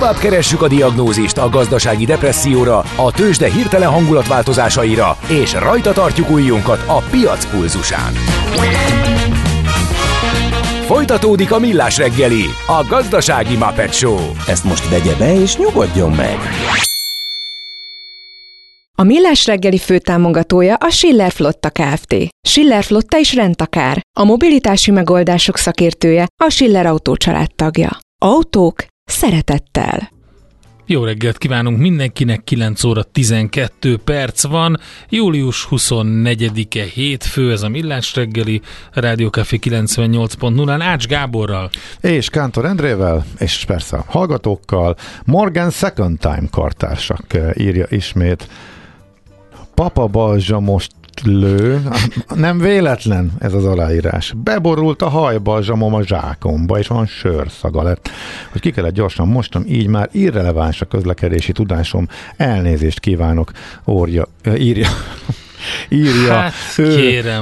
Tovább keressük a diagnózist a gazdasági depresszióra, a tőzsde hirtelen hangulatváltozásaira, és rajta tartjuk ujjunkat a piac pulzusán. Folytatódik a Millás reggeli, a gazdasági Muppet Show. Ezt most vegye be és nyugodjon meg! A Millás reggeli főtámogatója a Schiller Flotta Kft. Schiller Flotta is rendtakár. A mobilitási megoldások szakértője, a Schiller Autó család tagja. Autók szeretettel. Jó reggelt kívánunk mindenkinek, 9 óra 12 perc van, július 24-e hétfő, ez a Millás reggeli, a Rádió Café 98.0-án Ács Gáborral. És Kántor Endrével, és persze a hallgatókkal. Morgan Second Time kartársak írja ismét. Papa Balzsa most lő, nem véletlen ez az aláírás. Beborult a hajbalzsamom a zsákomba, és olyan sörszaga lett, hogy ki kellett gyorsan mostam, így már irreleváns a közlekedési tudásom. Elnézést kívánok, írja hát, ő. Kérem.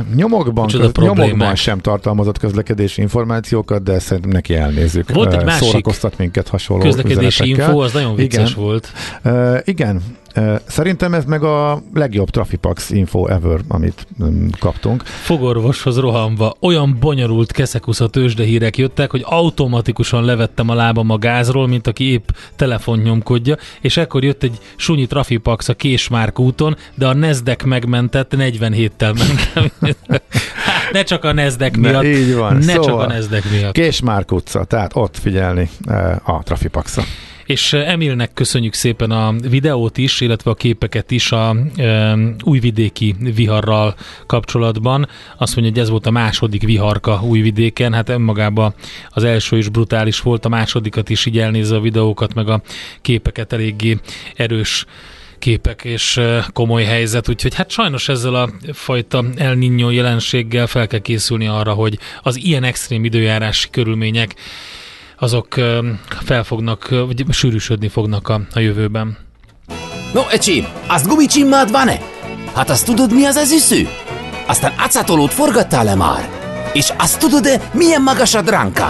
Nyomokban sem tartalmazott közlekedési információkat, de szerintem neki elnézzük. Volt egy másik szórakoztat minket hasonló közlekedési üzenetekkel. info, az nagyon vicces volt. Igen. Szerintem ez meg a legjobb Trafipax info ever, amit kaptunk. Fogorvoshoz rohanva olyan bonyolult keszekusza tőzsdehírek jöttek, hogy automatikusan levettem a lábam a gázról, mint aki épp telefont nyomkodja, és ekkor jött egy sunyi Trafipax a Késmárk úton, de a Nasdaq megmentett, 47-tel mentem. Hát ne csak a Nasdaq miatt. Így van. Szóval, csak a Nasdaq miatt. Késmárk utca, tehát ott figyelni a Trafipax-ra. És Emilnek köszönjük szépen a videót is, illetve a képeket is a újvidéki viharral kapcsolatban. Azt mondja, hogy ez volt a második viharka Újvidéken, hát önmagában az első is brutális volt, a másodikat is így elnézve a videókat, meg a képeket eléggé erős képek és komoly helyzet, úgyhogy hát sajnos ezzel a fajta El Niño jelenséggel fel kell készülni arra, hogy az ilyen extrém időjárási körülmények azok felfognak, vagy sűrűsödni fognak a jövőben. No, ecsi, azt gumicsimmád van-e? Hát azt tudod, mi az az üsző? Aztán acatolót forgattál-e már? És azt tudod-e, milyen magas a dránka?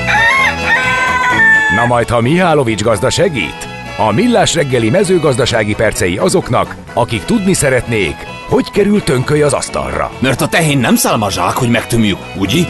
Na majd, ha Mihálovics gazda segít, a Millás reggeli mezőgazdasági percei azoknak, akik tudni szeretnék, hogy kerül tönköly az asztalra. Mert a tehén nem szálmazsák, hogy megtömjük, ugye?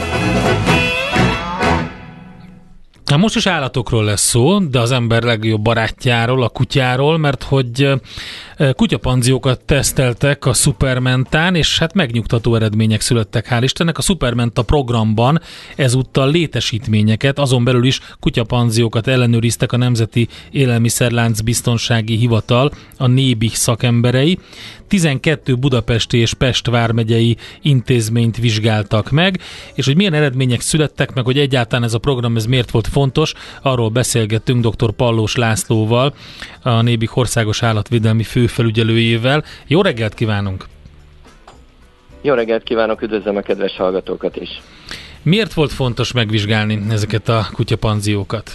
Na most is állatokról lesz szó, de az ember legjobb barátjáról, a kutyáról, mert hogy kutyapanziókat teszteltek a Supermentán, és hát megnyugtató eredmények születtek, hál' Istennek. A Supermenta programban ezúttal létesítményeket, azon belül is kutyapanziókat ellenőriztek a Nemzeti Élelmiszerlánc Biztonsági Hivatal, a NÉBI szakemberei. 12 budapesti és Pest vármegyei intézményt vizsgáltak meg, és hogy milyen eredmények születtek meg, hogy egyáltalán ez a program ez miért volt fontos, arról beszélgettünk dr. Pallós Lászlóval, a NÉBI országos állatvédelmi főfelügyelőjével. Jó reggelt kívánunk! Jó reggelt kívánok, üdvözlöm a kedves hallgatókat is! Miért volt fontos megvizsgálni ezeket a kutyapanziókat?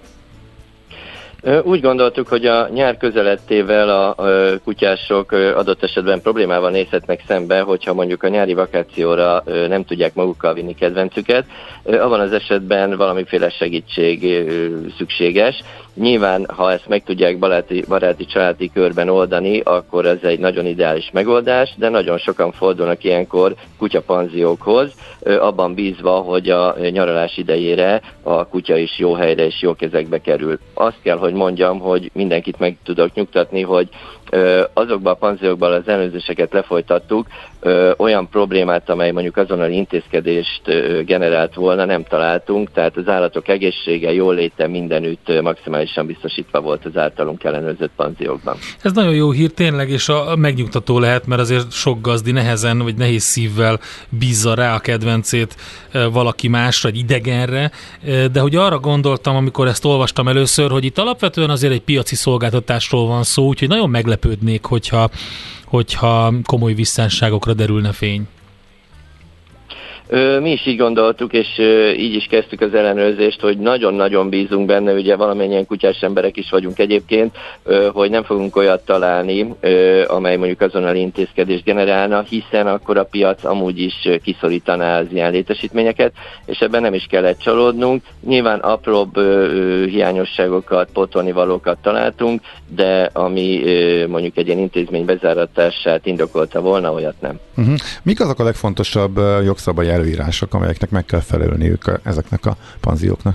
Úgy gondoltuk, hogy a nyár közelettével a kutyások adott esetben problémával nézhetnek szembe, hogyha mondjuk a nyári vakációra nem tudják magukkal vinni kedvencüket. Abban az esetben valamiféle segítség szükséges. Nyilván, ha ezt meg tudják baráti családi körben oldani, akkor ez egy nagyon ideális megoldás, de nagyon sokan fordulnak ilyenkor kutyapanziókhoz, abban bízva, hogy a nyaralás idejére a kutya is jó helyre és jó kezekbe kerül. Azt kell, hogy mondjam, hogy mindenkit meg tudok nyugtatni, hogy azokban a panziókban az ellenőrzéseket lefolytattuk, olyan problémát, amely mondjuk azonnali intézkedést generált volna, nem találtunk, tehát az állatok egészsége, jóléte mindenütt maximálisan biztosítva volt az általunk ellenőrzött panziókban. Ez nagyon jó hír tényleg, és megnyugtató lehet, mert azért sok gazdi nehezen, vagy nehéz szívvel bízza rá a kedvencét valaki másra, egy idegenre, de hogy arra gondoltam, amikor ezt olvastam először, hogy itt alapvetően azért egy piaci szolgáltatásról van szó, úgyhogy nagyon meglepődnék, hogyha komoly visszásságokra derülne fény. Mi is így gondoltuk, és így is kezdtük az ellenőrzést, hogy nagyon-nagyon bízunk benne, ugye valamennyien kutyás emberek is vagyunk egyébként, hogy nem fogunk olyat találni, amely mondjuk azonnal intézkedést generálna, hiszen akkor a piac amúgy is kiszorítaná az ilyen létesítményeket, és ebben nem is kellett csalódnunk. Nyilván apróbb hiányosságokat, pótolnivalókat találtunk, de ami mondjuk egy ilyen intézmény bezáratását indokolta volna, olyat nem. Mik azok a legfontosabb jogszabályi előírások, amelyeknek meg kell felelniük ezeknek a panzióknak?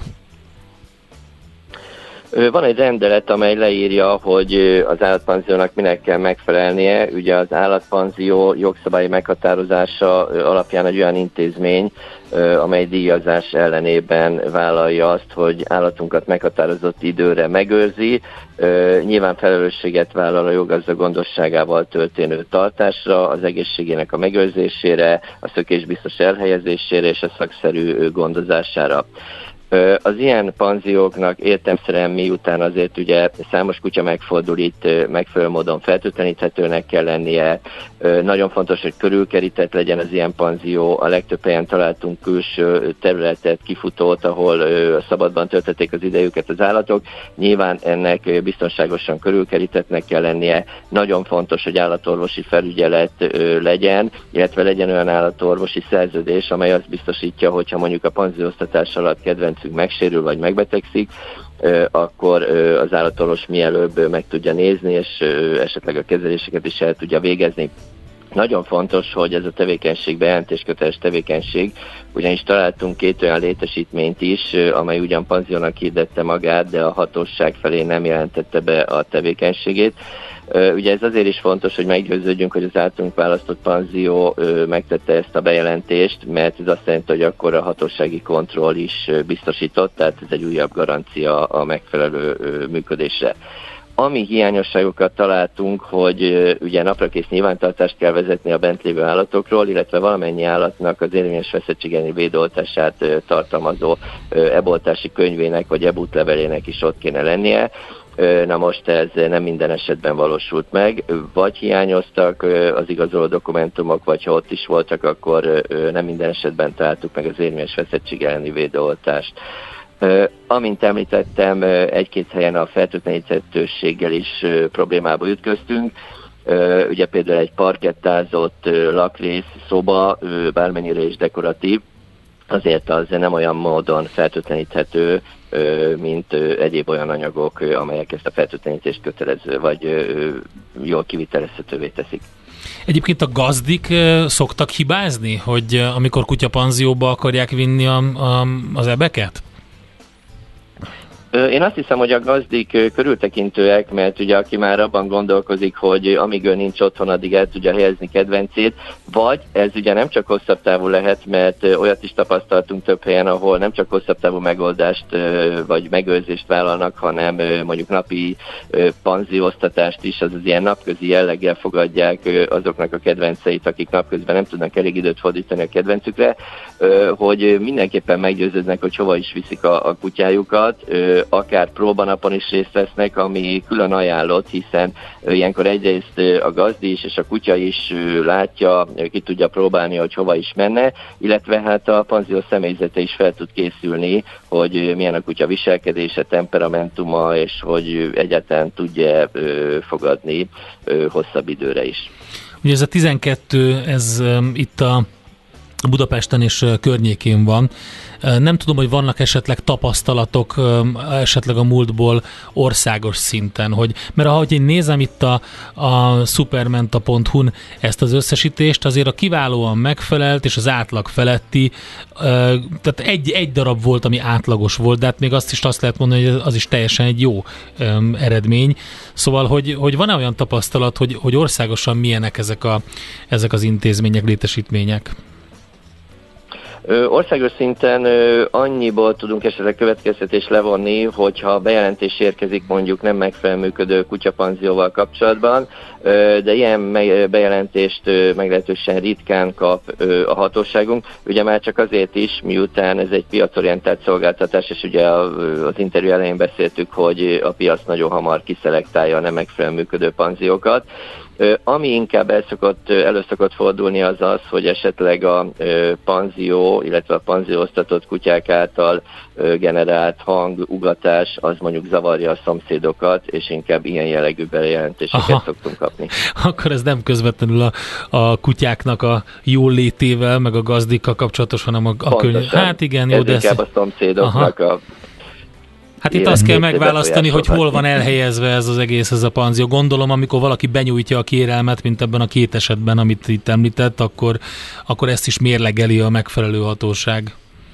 Van egy rendelet, amely leírja, hogy az állatpanziónak minek kell megfelelnie. Ugye az állatpanzió jogszabályi meghatározása alapján egy olyan intézmény, amely díjazás ellenében vállalja azt, hogy állatunkat meghatározott időre megőrzi. Nyilván felelősséget vállal a jogazda gondosságával történő tartásra, az egészségének a megőrzésére, a szökésbiztos elhelyezésére és a szakszerű gondozására. Az ilyen panzióknak értelemszerűen miután azért ugye számos kutya megfordul itt, megfelelő módon fertőtleníthetőnek kell lennie. Nagyon fontos, hogy körülkerített legyen az ilyen panzió. A legtöbb helyen találtunk külső területet, kifutót, ahol szabadban töltötték az idejüket az állatok. Nyilván ennek biztonságosan körülkerítettnek kell lennie. Nagyon fontos, hogy állatorvosi felügyelet legyen, illetve legyen olyan állatorvosi szerződés, amely azt biztosítja, hogyha mondjuk a panzióztatás alatt kedvencünk megsérül vagy megbetegszik, akkor az állatorvos mielőbb meg tudja nézni, és esetleg a kezeléseket is el tudja végezni. Nagyon fontos, hogy ez a tevékenység bejelentésköteles tevékenység, ugyanis találtunk 2 olyan létesítményt is, amely ugyan panziónak hirdette magát, de a hatóság felé nem jelentette be a tevékenységét. Ugye ez azért is fontos, hogy meggyőződjünk, hogy az általunk választott panzió megtette ezt a bejelentést, mert ez azt jelenti, hogy akkor a hatósági kontroll is biztosított, tehát ez egy újabb garancia a megfelelő működésre. Ami hiányosságokat találtunk, hogy ugye naprakész nyilvántartást kell vezetni a bent lévő állatokról, illetve valamennyi állatnak az érvényes veszettség elleni védőoltását tartalmazó eboltási könyvének vagy ebútlevelének is ott kéne lennie. Na most ez nem minden esetben valósult meg, vagy hiányoztak az igazoló dokumentumok, vagy ha ott is voltak, akkor nem minden esetben találtuk meg az érvényes veszettség elleni védőoltást. Amint említettem, 1-2 helyen a fertőtleníthetőséggel is problémába ütköztünk. Ugye például egy parkettázott lakrész, szoba, bármennyire is dekoratív, azért az nem olyan módon fertőtleníthető, mint egyéb olyan anyagok, amelyek ezt a fertőtlenítést kötelező, vagy jól kivitelezhetővé teszik. Egyébként a gazdik szoktak hibázni, hogy amikor kutyapanzióba akarják vinni az ebeket? Én azt hiszem, hogy a gazdik körültekintőek, mert ugye aki már abban gondolkozik, hogy amíg ő nincs otthon, addig el tudja helyezni kedvencét, vagy ez ugye nem csak hosszabb távú lehet, mert olyat is tapasztaltunk több helyen, ahol nem csak hosszabb távú megoldást vagy megőrzést vállalnak, hanem mondjuk napi panzióztatást is, azaz ilyen napközi jelleggel fogadják azoknak a kedvenceit, akik napközben nem tudnak elég időt fordítani a kedvencükre, hogy mindenképpen meggyőződnek, hogy hova is viszik a kutyájukat, akár próbanapon is részt vesznek, ami külön ajánlott, hiszen ilyenkor egyrészt a gazdi is és a kutya is látja, ki tudja próbálni, hogy hova is menne, illetve hát a panzió személyzete is fel tud készülni, hogy milyen a kutya viselkedése, temperamentuma, és hogy egyáltalán tudja fogadni hosszabb időre is. Ugye ez a 12, ez itt a Budapesten és környékén van. Nem tudom, hogy vannak esetleg tapasztalatok esetleg a múltból országos szinten, mert ahogy én nézem itt a supermenta.hu-n ezt az összesítést, azért a kiválóan megfelelt és az átlag feletti, tehát egy darab volt, ami átlagos volt, de hát még azt lehet mondani, hogy az is teljesen egy jó eredmény. Szóval, hogy van-e olyan tapasztalat, hogy országosan milyenek ezek az intézmények, létesítmények? Országos szinten annyiból tudunk esetleg következtetést levonni, hogyha bejelentés érkezik mondjuk nem megfelelően működő kutyapanzióval kapcsolatban, de ilyen bejelentést meglehetősen ritkán kap a hatóságunk. Ugye már csak azért is, miután ez egy piacorientált szolgáltatás, és ugye az interjú elején beszéltük, hogy a piac nagyon hamar kiszelektálja a nem megfelelően működő panziókat. Ami inkább elő szokott fordulni az az, hogy esetleg a panzió, illetve a panzióztatott kutyák által generált hangugatás az mondjuk zavarja a szomszédokat, és inkább ilyen jellegű bejelentéseket szoktunk kapni. Akkor ez nem közvetlenül a kutyáknak a jól létével, meg a gazdikkal kapcsolatos, hanem a könyv. Hát igen, jó, ez inkább a szomszédoknak a... Hát itt azt kell megválasztani, hogy hol van elhelyezve ez az egész, ez a panzió. Gondolom, amikor valaki benyújtja a kérelmet, mint ebben a 2 esetben, amit itt említett, akkor ezt is mérlegeli a megfelelő hatóság.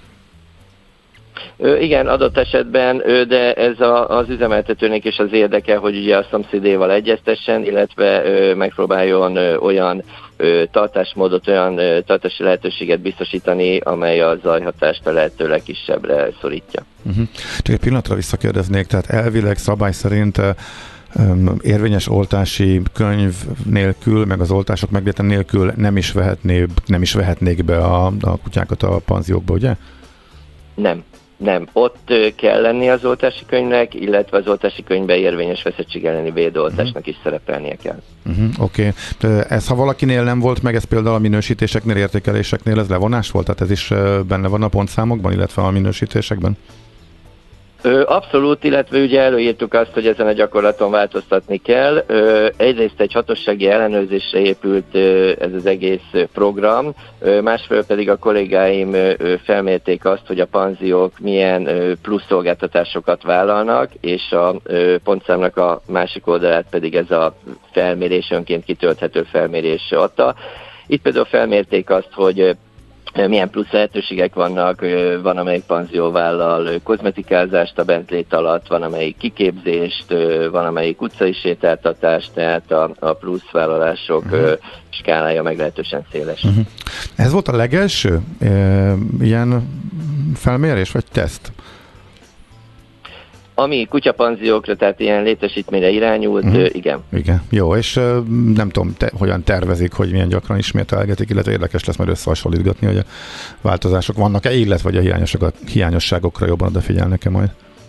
Igen, adott esetben, de ez az üzemeltetőnek is az érdeke, hogy ugye a szomszédéval egyeztessen, illetve megpróbáljon olyan tartásmódot, olyan tartási lehetőséget biztosítani, amely a zajhatást a lehető legkisebbre szorítja. Csak egy pillanatra visszakérdeznék, tehát elvileg szabály szerint érvényes oltási könyv nélkül, meg az oltások megvétel nélkül nem is vehetnék be a kutyákat a panziókba, ugye? Nem. Ott kell lenni az oltási könyvnek, illetve az oltási könyvben érvényes veszettség elleni védőoltásnak is szerepelnie kell. Oké. Ez, ha valakinél nem volt meg, ez például a minősítéseknél, értékeléseknél ez levonás volt? Tehát ez is benne van a pontszámokban, illetve a minősítésekben? Abszolút, illetve ugye előírtuk azt, hogy ezen a gyakorlaton változtatni kell. Egyrészt egy hatósági ellenőrzésre épült ez az egész program, másfelől pedig a kollégáim felmérték azt, hogy a panziók milyen plusz szolgáltatásokat vállalnak, és a pontszámnak a másik oldalát pedig ez a felmérés, önként kitölthető felmérés adta. Itt például felmérték azt, hogy milyen plusz lehetőségek vannak, van amelyik panzió vállal kozmetikázást a bentlét alatt, van amelyik kiképzést, van amelyik utcai sétáltatást, tehát a plusz vállalások skálája meglehetősen széles. Ez volt a legelső ilyen felmérés vagy teszt? Ami kutyapanziókra, tehát ilyen létesítményre irányult, igen. Igen, jó, és nem tudom, hogyan tervezik, hogy milyen gyakran ismételgetik, illetve érdekes lesz majd összehasonlítgatni, hogy a változások vannak-e, illetve vagy a hiányosságokra jobban odafigyelnek-e majd?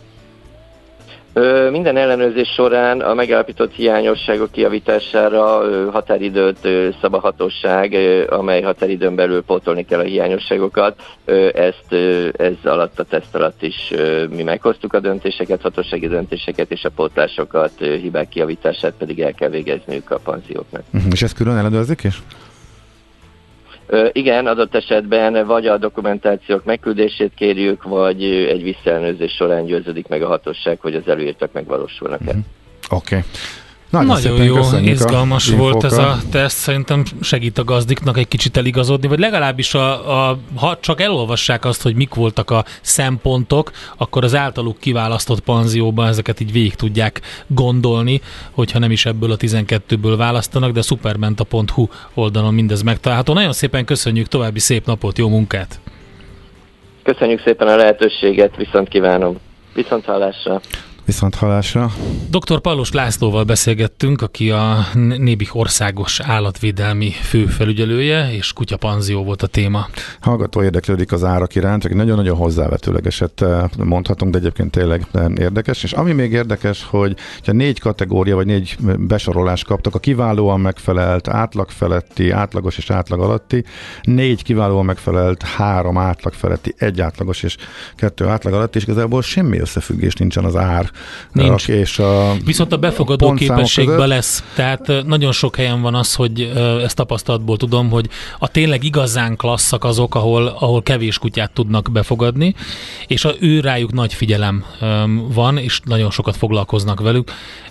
Minden ellenőrzés során a megállapított hiányosságok kijavítására határidőt szab a hatóság, amely határidőn belül pótolni kell a hiányosságokat. Ez alatt a teszt alatt is mi meghoztuk a döntéseket, hatósági döntéseket, és a pótlásokat, hibák kijavítását pedig el kell végezniük a panzióknak. És ezt külön ellenőrzik is? Igen, adott esetben vagy a dokumentációk megküldését kérjük, vagy egy visszaellenőrzés során győződik meg a hatóság, hogy az előírtak megvalósulnak-e. Oké. Nagyon jó, izgalmas volt ez a teszt, szerintem segít a gazdiknak egy kicsit eligazodni, vagy legalábbis ha csak elolvassák azt, hogy mik voltak a szempontok, akkor az általuk kiválasztott panzióban ezeket így végig tudják gondolni, hogyha nem is ebből a 12-ből választanak, de supermenta.hu oldalon mindez megtalálható. Nagyon szépen köszönjük, további szép napot, jó munkát! Köszönjük szépen a lehetőséget, viszont kívánom. Viszont hallásra! Viszont hallásra. Dr. Pallos Lászlóval beszélgettünk, aki a Nébih országos állatvédelmi főfelügyelője, és kutyapanzió volt a téma. Hallgató érdeklődik az árak iránt, aki nagyon-nagyon hozzávetőlegeset mondhatunk, de egyébként tényleg érdekes. És ami még érdekes, hogy 4 kategória vagy 4 besorolást kaptak, a kiválóan megfelelt, átlag feletti, átlagos és átlag alatti, 4 kiválóan megfelelt, 3 átlag feletti, 1 átlagos és 2 átlag alatti, és igazából semmi összefüggés nincsen az ár. Nincs. És viszont a befogadó képességben lesz. Tehát nagyon sok helyen van az, hogy ezt tapasztalatból tudom, hogy a tényleg igazán klasszak azok, ahol kevés kutyát tudnak befogadni, és ő rájuk nagy figyelem van, és nagyon sokat foglalkoznak velük.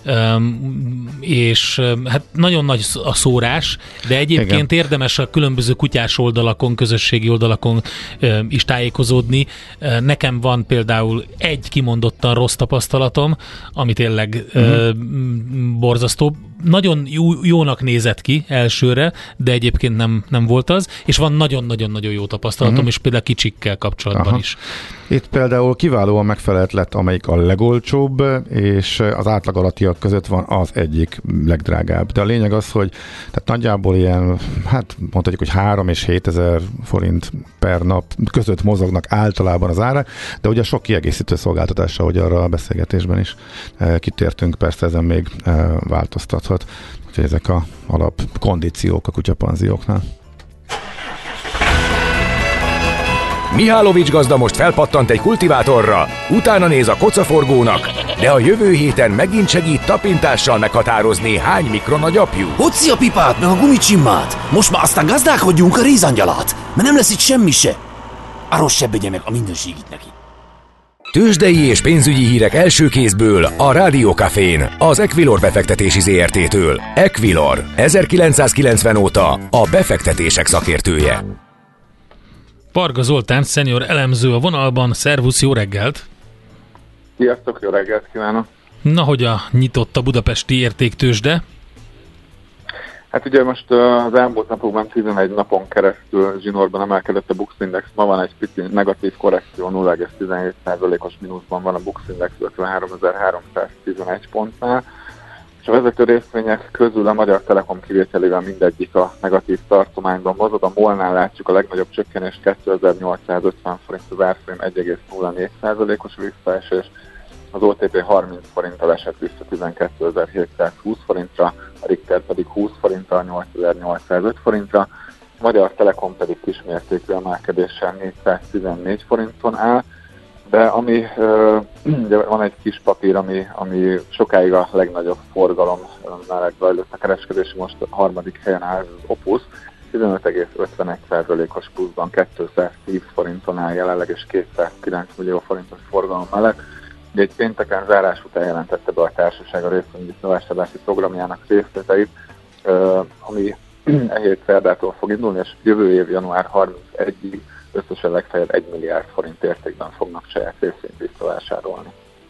És hát nagyon nagy a szórás, de egyébként igen, érdemes a különböző kutyás oldalakon, közösségi oldalakon is tájékozódni. Nekem van például egy kimondottan rossz tapasztalatom, ami tényleg borzasztó. Nagyon jónak nézett ki elsőre, de egyébként nem volt az, és van nagyon-nagyon-nagyon jó tapasztalatom, és például kicsikkel kapcsolatban is. Itt például kiválóan megfelelt lett, amelyik a legolcsóbb, és az átlag alattiak között van az egyik legdrágább. De a lényeg az, hogy tehát nagyjából ilyen, hát mondhatjuk, hogy 3 és 7 ezer forint per nap között mozognak általában az árak, de ugye sok kiegészítő szolgáltatással, hogy arra a beszélgetésben is kitértünk, persze ezen még változtathat. dolgokat. Úgyhogy ezek a alap kondíciók a kutyapanzióknál. Mihálovics gazda most felpattant egy kultivátorra, utána néz a kocaforgónak, de a jövő héten megint segít tapintással meghatározni, hány mikron a gyapjú. Hoci a pipát, meg a gumicsimmát! Most már aztán gazdálkodjunk a rézangyalát, mert nem lesz itt semmi se. Arról se begye meg a mindenségit neki. Tőzsdei és pénzügyi hírek első kézből a Rádió Cafén, az Equilor befektetési ZRT-től. Equilor, 1990 óta a befektetések szakértője. Varga Zoltán, szenior elemző a vonalban. Szervusz, jó reggelt! Sziasztok, jó reggelt kívánok! Na, hogy nyitott a budapesti értéktőzsde? Hát ugye most az elmúlt napokban 11 napon keresztül zsinórban emelkedett a Bux Index, ma van egy pici negatív korrekció, 0,17%-os mínuszban van a Bux Index 53.311 pontnál, és a vezető részvények közül a Magyar Telekom kivételével mindegyik a negatív tartományban mozog. A MOL-nál látjuk a legnagyobb csökkenés, 2850 forint az árfolyam, 1,04%-os visszaesés, az OTP 30 forinttal esett vissza 12.720 forintra, a Richter pedig 20 forinttal 8805 forintra, a Magyar Telekom pedig kismértékű emelkedéssel 414 forinton áll, de ami van egy kis papír, ami sokáig a legnagyobb forgalom mellett zajlott a kereskedés, most a harmadik helyen áll az Opus, 15,51%-os pluszban 210 forinton áll jelenleg, és 209 millió forintos forgalom mellett. Egy pénteken zárás után jelentette be a társaság a részvényvásárlási programjának részleteit, ami e hét szerdától fog indulni, és jövő év január 31-ig összesen legfeljebb 1 milliárd forint értékben fognak saját részvényt visszavásárolni.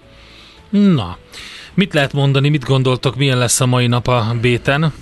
Na, mit lehet mondani, mit gondoltok, milyen lesz a mai nap a béten?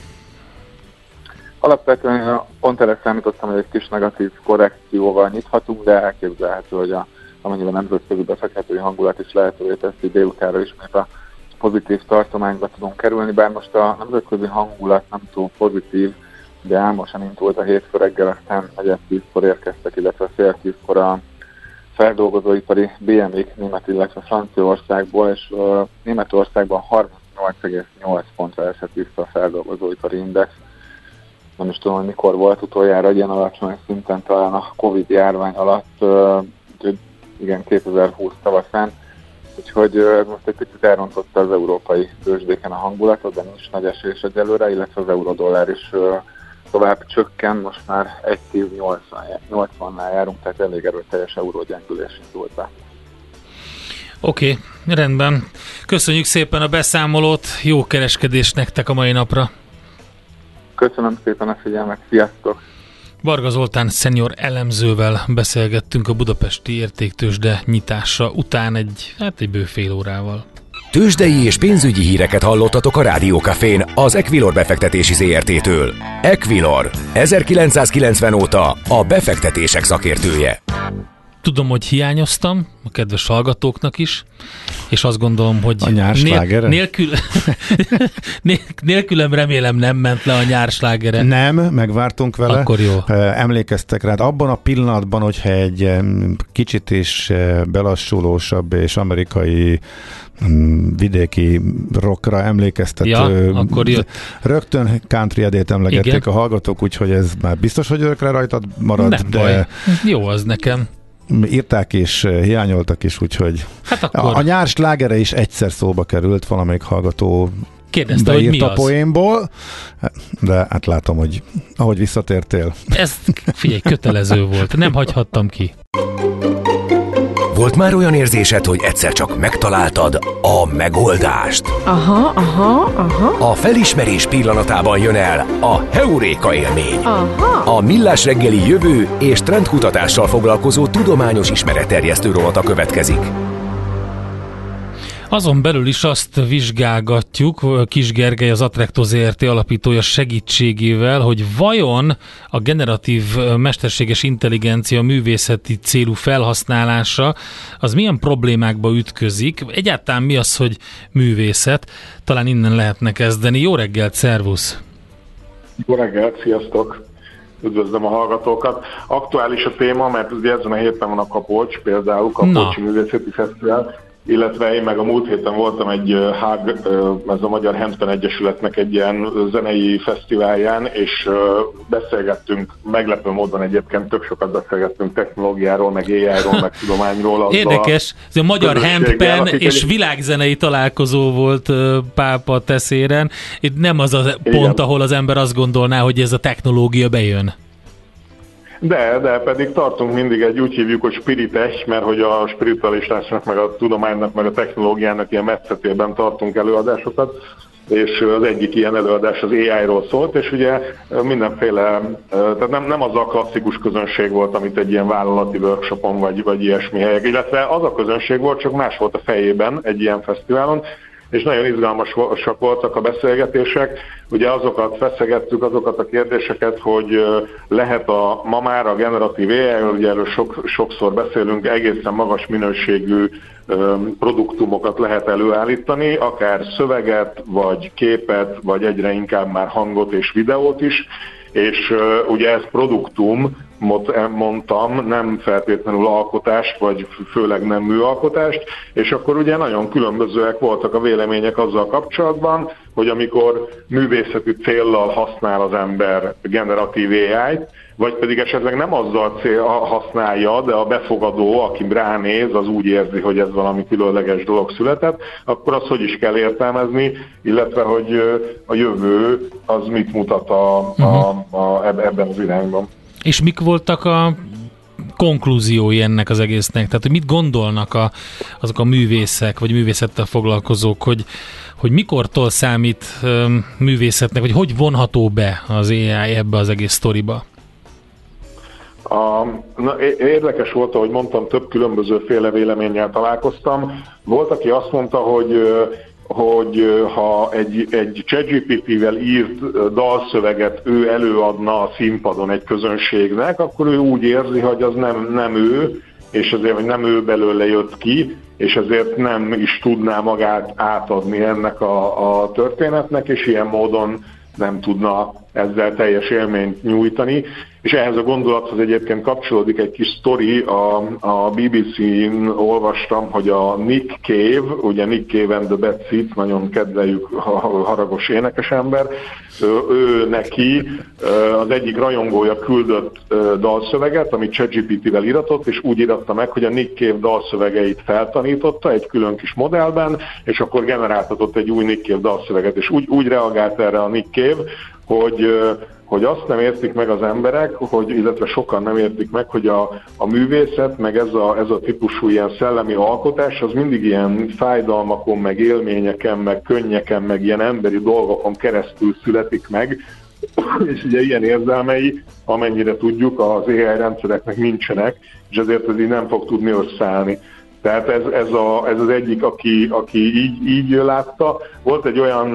Alapvetően pont erre számítottam, hogy egy kis negatív korrekcióval nyithatunk, de elképzelhető, hogy amennyiben nemzetközi befektetői hangulat is lehetővé teszi, délutánra ismét a pozitív tartományba tudunk kerülni, bár most a nemzetközi hangulat nem túl pozitív, de álmosan indult a hétfő reggel, aztán 4:10-kor érkeztek, illetve fél 10-kor a feldolgozóipari BMI-k német, illetve Franciaországból, és Németországban 38,8 pontra esett vissza a feldolgozóipari index. Nem is tudom, hogy mikor volt utoljára egy ilyen alacsony szinten, talán a Covid járvány alatt, igen, 2020 tavaszán, úgyhogy most egy picit elrontotta az európai tőzsdéken a hangulatot, de nincs nagy esés egyelőre, illetve az euró-dollár is tovább csökken, most már 1,1080-nál járunk, tehát elég erőteljes eurógyengülés indult be. Oké, rendben. Köszönjük szépen a beszámolót, jó kereskedés nektek a mai napra. Köszönöm szépen a figyelmet, sziasztok! Varga Zoltán szenior elemzővel beszélgettünk a budapesti értéktőzsde nyitása után egy bő fél órával. Tőzsdei és pénzügyi híreket hallottatok a Rádió Cafén az Equilor befektetési ZRT-től. Equilor, 1990 óta a befektetések szakértője. Tudom, hogy hiányoztam, a kedves hallgatóknak is, és azt gondolom, hogy a nyárslágere? Nélkülem remélem nem ment le a nyárslágere. Nem, megvártunk vele. Akkor jó. Emlékeztek rá, abban a pillanatban, hogyha egy kicsit is belassulósabb és amerikai vidéki rockra emlékeztető. Akkor jött. Rögtön country edét emlegették a hallgatók, úgyhogy ez már biztos, hogy örökre rajtad marad. Nem baj. Jó az nekem. Írták és hiányoltak is, úgyhogy hát akkor... a nyár slágere is egyszer szóba került, valamelyik hallgató kérdezte, hogy mi a az? Poénból, de hát látom, hogy ahogy visszatértél. Ez, figyelj, kötelező volt, nem hagyhattam ki. Volt már olyan érzésed, hogy egyszer csak megtaláltad a megoldást? Aha. A felismerés pillanatában jön el a heuréka élmény. Aha. A Millás reggeli jövő és trendkutatással foglalkozó tudományos ismeretterjesztő rovata következik. Azon belül is azt vizsgálgatjuk Kis Gergely, az Attracto ZRT alapítója segítségével, hogy vajon a generatív mesterséges intelligencia művészeti célú felhasználása az milyen problémákba ütközik. Egyáltalán mi az, hogy művészet? Talán innen lehetne kezdeni. Jó reggelt, szervusz! Jó reggelt, sziasztok! Üdvözlöm a hallgatókat. Aktuális a téma, mert ugye ezen a héten van a Kapolcs, például Kapolcsi Művészeti Fesztivál, illetve én meg a múlt héten voltam egy HAG, ez a Magyar Handpan Egyesületnek egy ilyen zenei fesztiválján, és beszélgettünk, meglepő módon egyébként tök sokat beszélgettünk technológiáról, meg AI-ról, meg tudományról. Érdekes, ez a Magyar Handpan és világzenei találkozó volt Pápa teszéren. Itt nem az a pont, ahol az ember azt gondolná, hogy ez a technológia bejön. De pedig tartunk mindig úgy hívjuk, hogy spiritech, mert hogy a spiritualitásnak, meg a tudománynak, meg a technológiának ilyen metszetében tartunk előadásokat, és az egyik ilyen előadás az AI-ról szólt, és ugye mindenféle, tehát nem az a klasszikus közönség volt, amit egy ilyen vállalati workshopon vagy ilyesmi helyek, illetve az a közönség volt, csak más volt a fejében egy ilyen fesztiválon, és nagyon izgalmasak voltak a beszélgetések. Ugye azokat feszegettük, azokat a kérdéseket, hogy lehet ma már a generatív AI-ről, ugye erről sokszor beszélünk, egészen magas minőségű produktumokat lehet előállítani, akár szöveget, vagy képet, vagy egyre inkább már hangot és videót is, és ugye ez produktum, mondtam, nem feltétlenül alkotást, vagy főleg nem műalkotást, és akkor ugye nagyon különbözőek voltak a vélemények azzal kapcsolatban, hogy amikor művészeti céllal használ az ember generatív AI-t, vagy pedig esetleg nem azzal használja, de a befogadó, aki ránéz, az úgy érzi, hogy ez valami különleges dolog született, akkor azt hogy is kell értelmezni, illetve hogy a jövő az mit mutat ebben az irányban. És mik voltak a konklúziói ennek az egésznek? Tehát, hogy mit gondolnak azok a művészek, vagy művészettel foglalkozók, hogy mikortól számít művészetnek, vagy hogy vonható be az AI ebbe az egész sztoriba? Érdekes volt, ahogy mondtam, több különbözőféle véleménnyel találkoztam. Volt, aki azt mondta, hogy ha egy ChatGPT-vel írt dalszöveget ő előadna a színpadon egy közönségnek, akkor ő úgy érzi, hogy az nem ő, és azért, hogy nem ő belőle jött ki, és ezért nem is tudná magát átadni ennek a történetnek, és ilyen módon nem tudna ezzel teljes élményt nyújtani. És ehhez a gondolathoz egyébként kapcsolódik egy kis sztori, a BBC-n olvastam, hogy a Nick Cave, ugye Nick Cave and the Bad Seeds, nagyon kedveljük, haragos énekes ember, ő neki az egyik rajongója küldött dalszöveget, amit ChatGPT-vel íratott, és úgy íratta meg, hogy a Nick Cave dalszövegeit feltanította egy külön kis modellben, és akkor generáltatott egy új Nick Cave dalszöveget, és úgy reagált erre a Nick Cave, hogy azt nem értik meg az emberek, illetve sokan nem értik meg, hogy a művészet, meg ez a típusú ilyen szellemi alkotás, az mindig ilyen fájdalmakon, meg élményeken, meg könnyeken, meg ilyen emberi dolgokon keresztül születik meg, és ugye ilyen érzelmei, amennyire tudjuk, az AI rendszereknek nincsenek, és ezért ez így nem fog tudni összeállni. Tehát ez az egyik, aki így látta. Volt egy olyan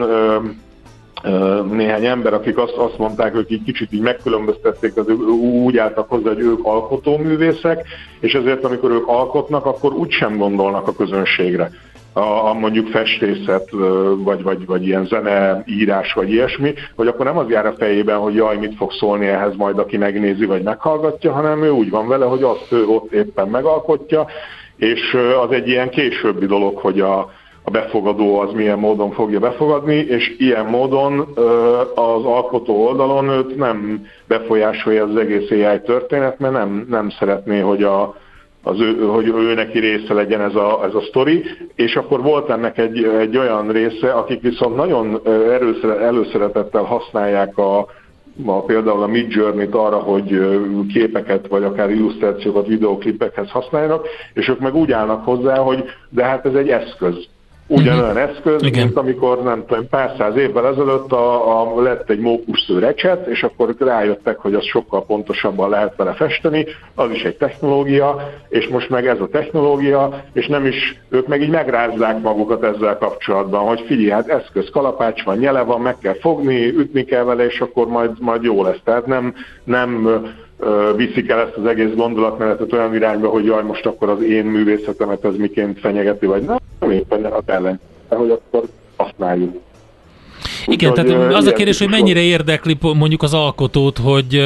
néhány ember, akik azt mondták, hogy így kicsit így megkülönböztették, úgy álltak hozzá, hogy ők alkotóművészek, és ezért amikor ők alkotnak, akkor úgysem gondolnak a közönségre. Mondjuk festészet, vagy ilyen zene, írás, vagy ilyesmi, hogy akkor nem az jár a fejében, hogy jaj, mit fog szólni ehhez majd, aki megnézi, vagy meghallgatja, hanem ő úgy van vele, hogy azt ő ott éppen megalkotja, és az egy ilyen későbbi dolog, hogy a befogadó az milyen módon fogja befogadni, és ilyen módon az alkotó oldalon őt nem befolyásolja az egész AI történet, mert nem szeretné, hogy hogy ő neki része legyen ez a sztori, és akkor volt ennek egy olyan része, akik viszont nagyon előszeretettel használják például a Midjourney-t arra, hogy képeket, vagy akár illusztrációkat, videóklipekhez használjanak, és ők meg úgy állnak hozzá, hogy de hát ez egy eszköz. Ugyanolyan eszköz, mint amikor nem tudom, pár száz évvel ezelőtt lett egy mókussző recset, és akkor rájöttek, hogy azt sokkal pontosabban lehet vele festeni, az is egy technológia, és most meg ez a technológia, és nem is, ők meg így megrázzák magukat ezzel kapcsolatban, hogy figyelj, hát eszköz, kalapács van, nyele van, meg kell fogni, ütni kell vele, és akkor majd jó lesz. Tehát nem viszik el ezt az egész gondolatmenetet olyan irányba, hogy jaj, most akkor az én művészetemet ez miként fenyegeti, vagy nem éppen az ellen, hogy akkor használjuk. Igen, tehát az a kérdés, hogy mennyire érdekli mondjuk az alkotót,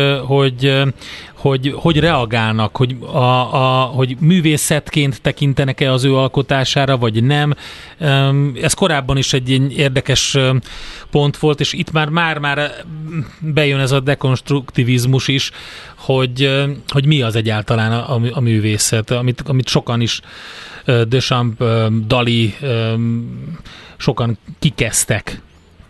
hogy reagálnak, hogy művészetként tekintenek-e az ő alkotására, vagy nem. Ez korábban is egy érdekes pont volt, és itt már bejön ez a dekonstruktivizmus is, hogy mi az egyáltalán a művészet, amit sokan is, Duchamp, Dali, sokan kikezdtek.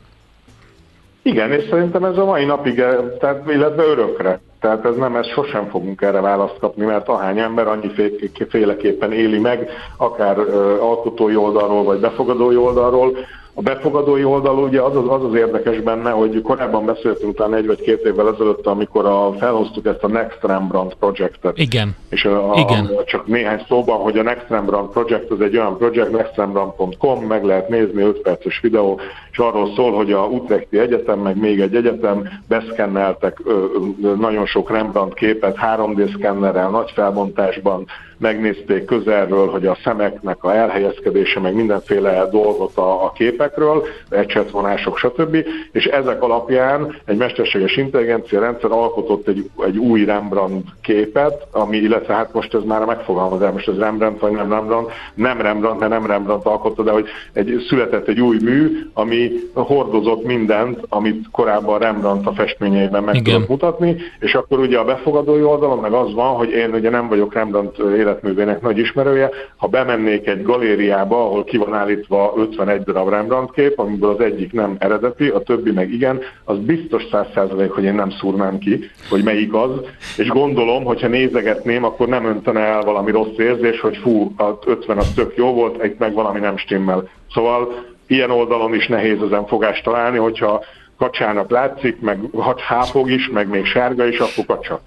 Igen, és szerintem ez a mai napig, tehát, illetve örökre. Tehát ez sosem fogunk erre választ kapni, mert ahány ember annyiféleképpen éli meg, akár alkotói oldalról, vagy befogadói oldalról. A befogadói oldal ugye az érdekes benne, hogy korábban beszéltünk talán 1 vagy 2 évvel ezelőtt, amikor felhoztuk ezt a Next Rembrandt Projectet. Igen. És csak néhány szóban, hogy a Next Rembrandt Project az egy olyan projekt, nextrembrandt.com, meg lehet nézni, 5 perces videó, és arról szól, hogy a Utrechti Egyetem, meg még egy egyetem beszkenneltek nagyon sok Rembrandt képet 3D szkennerrel, nagy felbontásban, megnézték közelről, hogy a szemeknek a elhelyezkedése, meg mindenféle dolgot a képekről, ecsetvonások, stb. És ezek alapján egy mesterséges intelligencia rendszer alkotott egy új Rembrandt képet, illetve hát most ez már a megfogalmazás, most ez Rembrandt vagy nem Rembrandt, mert nem Rembrandt alkotta, de hogy született egy új mű, ami hordozott mindent, amit korábban Rembrandt a festményeiben meg tudott mutatni, és akkor ugye a befogadói oldalon meg az van, hogy én ugye nem vagyok Rembrandt életművének nagy ismerője, ha bemennék egy galériába, ahol ki van állítva 51 darab Rembrandt kép, amiből az egyik nem eredeti, a többi meg igen, az biztos 100%, hogy én nem szúrnám ki, hogy melyik az, és gondolom, hogyha nézegetném, akkor nem öntene el valami rossz érzés, hogy fú, az 50 az tök jó volt, itt meg valami nem stimmel. Szóval ilyen oldalon is nehéz ezen fogást találni, hogyha kacsának látszik, meg hápog is, meg még sárga is, akkor kacsa.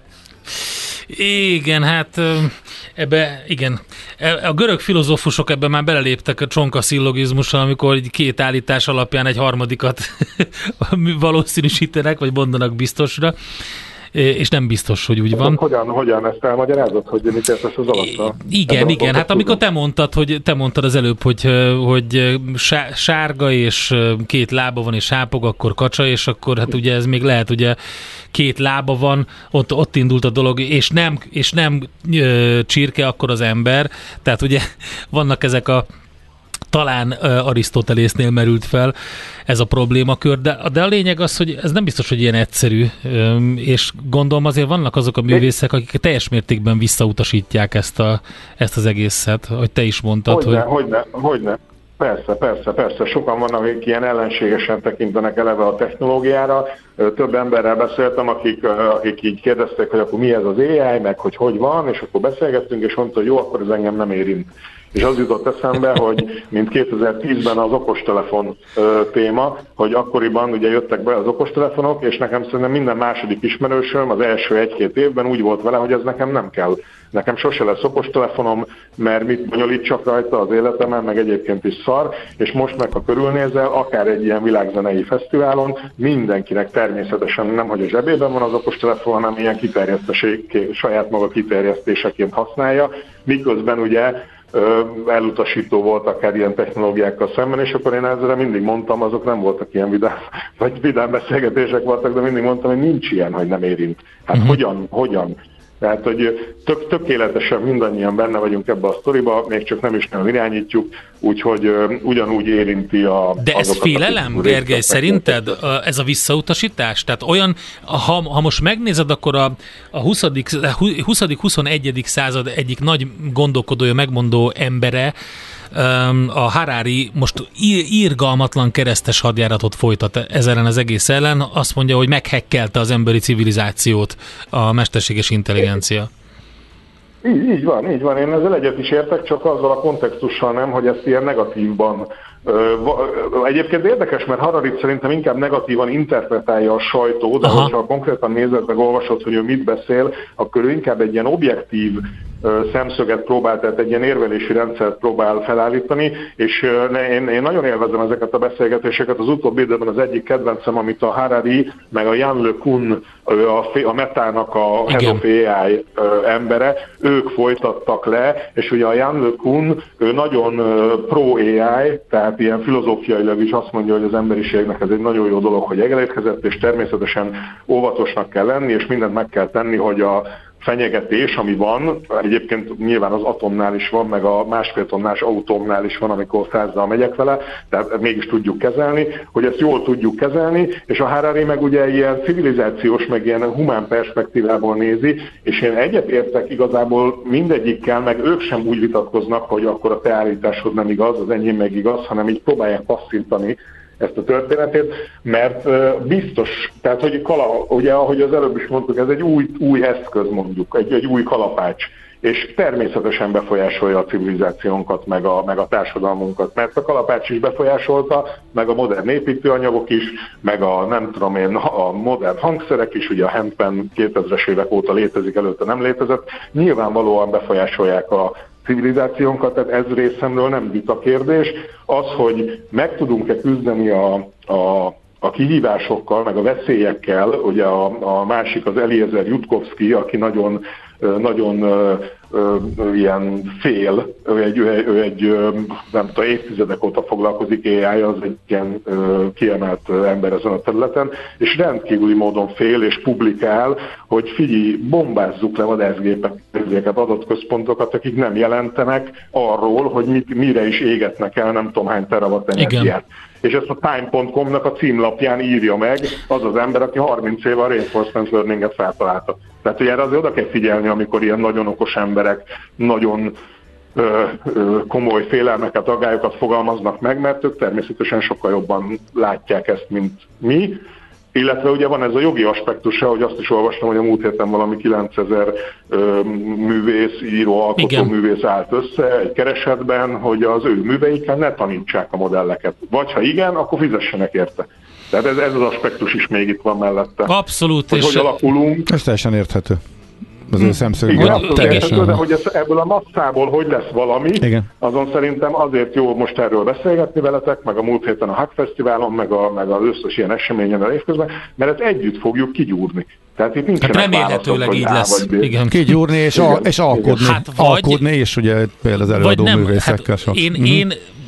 Igen, hát igen. A görög filozófusok ebben már beleléptek a csonka szillogizmussal, amikor 2 állítás alapján egy harmadikat valószínűsítenek, vagy mondanak biztosra, és nem biztos, hogy úgy van. Hogyan ezt elmagyarázod, hogy mit értesz az alatt? Igen, hát amikor te mondtad az előbb, hogy sárga és 2 lába van és hápog, akkor kacsa, és akkor hát ugye ez még lehet, ugye 2 lába van, ott indult a dolog, és nem csirke, akkor az ember. Tehát ugye vannak ezek talán Arisztotelésznél merült fel ez a problémakör, de a lényeg az, hogy ez nem biztos, hogy ilyen egyszerű, és gondolom azért vannak azok a művészek, akik teljes mértékben visszautasítják ezt az egészet, hogy te is mondtad. Hogyne. Persze. Sokan vannak, akik ilyen ellenségesen tekintenek eleve a technológiára. Több emberrel beszéltem, akik így kérdezték, hogy akkor mi ez az AI, meg hogy van, és akkor beszélgettünk, és mondta, hogy jó, akkor ez engem nem érint. És az jutott eszembe, hogy mint 2010-ben az okostelefon téma, hogy akkoriban ugye jöttek be az okostelefonok, és nekem szerintem minden második ismerősöm az első 1-2 évben úgy volt vele, hogy ez nekem nem kell. Nekem sose lesz okostelefonom, mert mit bonyolítsak rajta az életemen, meg egyébként is szar, és most meg, ha körülnézel, akár egy ilyen világzenei fesztiválon, mindenkinek természetesen nem, hogy a zsebében van az okostelefon, hanem ilyen saját maga kiterjesztéseként használja, miközben ugye elutasító volt akár ilyen technológiákkal szemben, és akkor én ezzel mindig mondtam, azok nem voltak ilyen vidám beszélgetések voltak, de mindig mondtam, hogy nincs ilyen, hogy nem érint. Hát hogyan? Tehát, hogy tökéletesen mindannyian benne vagyunk ebbe a sztoriba, még csak nem is nagyon irányítjuk, úgyhogy ugyanúgy érinti De ez félelem, Gergely, szerinted ez a visszautasítás? Tehát olyan, ha most megnézed, akkor a 20.-21. század egyik nagy gondolkodója, megmondó embere, a Harari most irgalmatlan keresztes hadjáratot folytat ezen az egész ellen. Azt mondja, hogy meghekkelte az emberi civilizációt a mesterséges intelligencia. Így van. Én ezzel egyet is értek, csak azzal a kontextussal nem, hogy ezt ilyen negatívban. Egyébként érdekes, mert Hararit szerintem inkább negatívan interpretálja a sajtó, de hogyha konkrétan nézed meg olvasod, hogy ő mit beszél, akkor ő inkább egy ilyen objektív szemszöget próbál, tehát egy ilyen érvelési rendszert próbál felállítani, és én nagyon élvezem ezeket a beszélgetéseket. Az utóbbi időben az egyik kedvencem, amit a Harari, meg a Jan LeCun, a Metának a Head of AI embere, ők folytattak le, és ugye a Jan LeCun, ő nagyon pro-AI, tehát ilyen filozófiailag is azt mondja, hogy az emberiségnek ez egy nagyon jó dolog, hogy elérkezett, és természetesen óvatosnak kell lenni, és mindent meg kell tenni, hogy a fenyegetés, ami van, egyébként nyilván az atomnál is van, meg a 1,5 tonnás autómnál is van, amikor 100-zal megyek vele, tehát mégis tudjuk kezelni, hogy ezt jól tudjuk kezelni, és a Harari meg ugye ilyen civilizációs, meg ilyen humán perspektívából nézi, és én egyetértek igazából mindegyikkel, meg ők sem úgy vitatkoznak, hogy akkor a te állításod nem igaz, az enyém meg igaz, hanem így próbálják passzintani ezt a történetét, mert biztos, tehát hogy ugye ahogy az előbb is mondtuk, ez egy új eszköz mondjuk, egy új kalapács, és természetesen befolyásolja a civilizációnkat, meg a társadalmunkat, mert a kalapács is befolyásolta, meg a modern építőanyagok is, meg a modern hangszerek is, ugye a handpan 2000-es évek óta létezik, előtte nem létezett, nyilvánvalóan befolyásolják a civilizációnkat, tehát ez részemről nem vita kérdés. Az, hogy meg tudunk-e küzdeni a kihívásokkal, meg a veszélyekkel, ugye a másik az Eliezer Yudkowsky, aki nagyon ilyen fél, ő egy nem tudom, évtizedek óta foglalkozik AI, az egy ilyen kiemelt ember ezen a területen, és rendkívüli módon fél és publikál, hogy figyelj, bombázzuk le vadászgépeket, adatközpontokat, akik nem jelentenek arról, hogy mire is égetnek el nem tudom hány terawatt energiát. És ezt a Time.com-nak a címlapján írja meg az ember, aki 30 éve a reinforcement learning-et feltalálta. Tehát, hogy erre azért oda kell figyelni, amikor ilyen nagyon okos emberek nagyon komoly félelmeket, aggályokat fogalmaznak meg, mert ők természetesen sokkal jobban látják ezt, mint mi. Illetve ugye van ez a jogi aspektusa, hogy azt is olvastam, hogy a múlt héten valami 9000 művész, író, alkotó művész állt össze egy keresetben, hogy az ő műveikkel ne tanítsák a modelleket. Vagy ha igen, akkor fizessenek érte. Tehát ez az aspektus is még itt van mellette. Abszolút. Hogy alakulunk. Ez teljesen érthető. Az ő szemszögéből. De hogy ebből a masszából hogy lesz valami, azon szerintem azért jó most erről beszélgetni veletek, meg a múlt héten a Hack Fesztiválon, meg az összes ilyen eseményen a évközben, mert ezt együtt fogjuk kigyúrni. Tehát itt nincsenek remélhetőleg így lesz. Igen. Kigyúrni és alkudni. Alkudni, és ugye például az előadó művészekkel sok. Én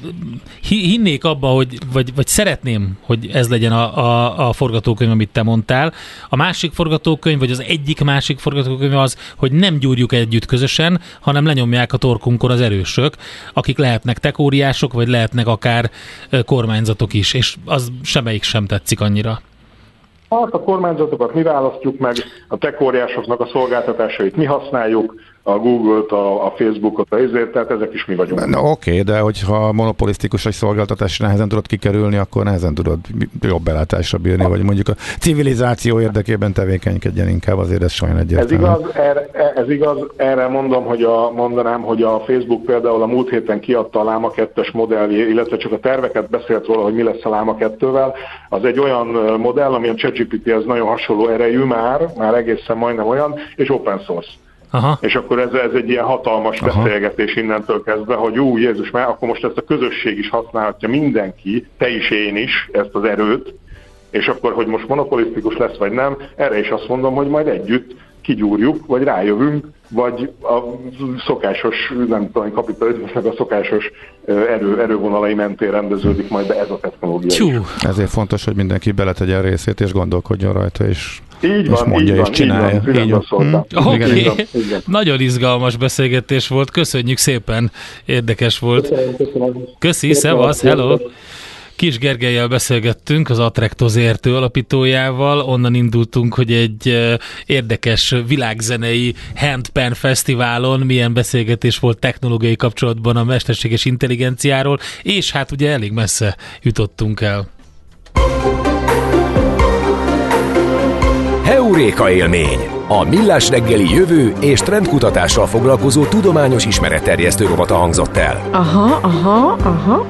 hinnék abba, vagy szeretném, hogy ez legyen a forgatókönyv, amit te mondtál. A másik forgatókönyv, vagy az egyik másik forgatókönyv az, hogy nem gyúrjuk együtt közösen, hanem lenyomják a torkunkon az erősök, akik lehetnek tekóriások, vagy lehetnek akár kormányzatok is, és az semmelyik sem tetszik annyira. Hát a kormányzatokat mi választjuk meg, a tekóriásoknak a szolgáltatásait mi használjuk, a Google-t, a Facebookot, tehát ezek is mi vagyunk. Oké, de hogyha monopolisztikus egy szolgáltatás nehezen tudod kikerülni, akkor nehezen tudod jobb belátásra bírni, vagy mondjuk a civilizáció érdekében tevékenykedjen inkább, azért ez sajnos egyértelmű. Ez igaz, erre mondanám, hogy a Facebook például a múlt héten kiadta a Llama 2-es modelljé, illetve csak a terveket beszélt róla, hogy mi lesz a Llama 2-vel. Az egy olyan modell, ami a ChatGPT-hez nagyon hasonló erejű már egészen majdnem olyan, és open source. Aha. És akkor ez egy ilyen hatalmas beszélgetés innentől kezdve, hogy Jézus már, akkor most ezt a közösség is használhatja mindenki, te is, én is, ezt az erőt, és akkor, hogy most monopolisztikus lesz, vagy nem, erre is azt mondom, hogy majd együtt kigyúrjuk, vagy rájövünk, vagy a szokásos, nem tudom, kapitalizmusnak a szokásos erővonalai mentén rendeződik majd be ez a technológia. Ezért fontos, hogy mindenki beletegyen részét, és gondolkodjon rajta, és így van, mondja, így van, és csinálja. Így van. Okay. Nagyon izgalmas beszélgetés volt, köszönjük szépen, érdekes volt. Köszi, szevasz, hello! Kis Gergellyel beszélgettünk, az Attracto ZRT alapítójával, onnan indultunk, hogy egy érdekes világzenei Handpan Fesztiválon milyen beszélgetés volt technológiai kapcsolatban a mesterséges intelligenciáról, és hát ugye elég messze jutottunk el. Heuréka élmény, a Millás reggeli jövő és trendkutatással foglalkozó tudományos ismeretterjesztő rovata hangzott el. Aha.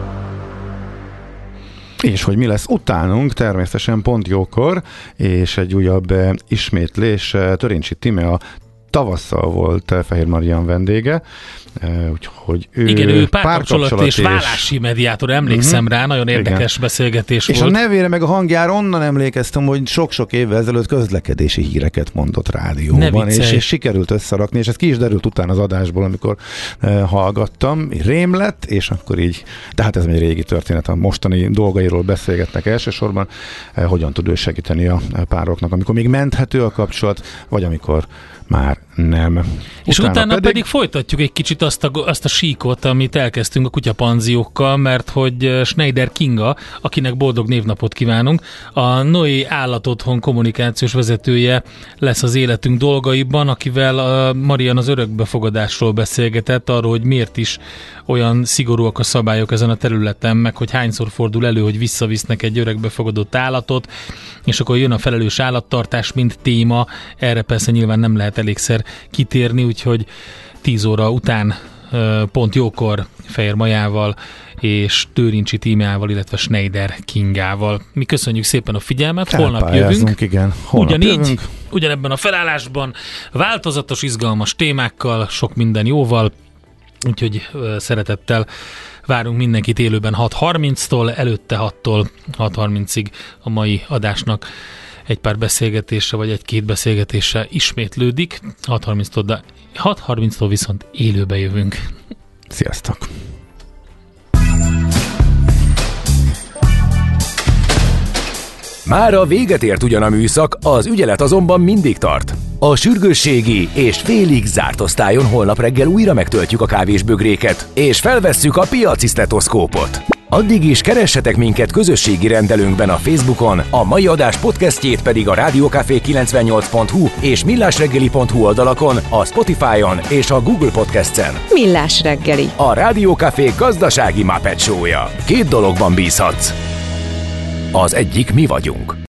És hogy mi lesz utánunk, természetesen pont jókor, és egy újabb ismétlés. Törincsi Tíme, a tavasszal volt Fehér Marian vendége, úgyhogy ő párkapcsolat és vállási mediátor, emlékszem rá, nagyon érdekes beszélgetés és volt. És a nevére meg a hangjára onnan emlékeztem, hogy sok-sok évvel ezelőtt közlekedési híreket mondott rádióban, és sikerült összerakni, és ez ki is derült utána az adásból, amikor hallgattam, rém lett, és akkor így, tehát ez egy régi történet, a mostani dolgairól beszélgetnek elsősorban, hogyan tud ő segíteni a pároknak, amikor még menthető a kapcsolat, vagy amikor már nem. És utána pedig folytatjuk egy kicsit azt a síkot, amit elkezdtünk a kutyapanziókkal, mert hogy Schneider Kinga, akinek boldog névnapot kívánunk, a Noé Állatotthon kommunikációs vezetője lesz az életünk dolgaiban, akivel a Marian az örökbefogadásról beszélgetett, arról, hogy miért is olyan szigorúak a szabályok ezen a területen, meg hogy hányszor fordul elő, hogy visszavisznek egy örökbefogadott állatot, és akkor jön a felelős állattartás, mint téma. Erre persze nyilván nem lehet elégszer kitérni, úgyhogy 10 óra után pont jókor Fehér Majával és Tőrincsi Tímeával, illetve Schneider Kingával. Mi köszönjük szépen a figyelmet, holnap jövünk. Igen. Holnap ugyanígy, jövünk. Ugyanebben a felállásban, változatos, izgalmas témákkal, sok minden jóval, úgyhogy szeretettel várunk mindenkit élőben 6:30-tól, előtte 6-tól 6:30-ig a mai adásnak egy pár beszélgetése, vagy egy-két beszélgetése ismétlődik. 6:30-tól viszont élőbe jövünk. Sziasztok! Mára véget ért ugyan a műszak, az ügyelet azonban mindig tart. A sürgősségi és félig zárt osztályon holnap reggel újra megtöltjük a kávésbögréket, és felvesszük a piaci sztetoszkópot. Addig is keressetek minket közösségi rendelőnkben a Facebookon, a mai adás podcastjét pedig a radiocafé98.hu és millásreggeli.hu oldalakon, a Spotify-on és a Google Podcast-en. Millás reggeli. A Rádió Café gazdasági Muppet Show-ja. 2 dologban bízhatsz. Az egyik mi vagyunk.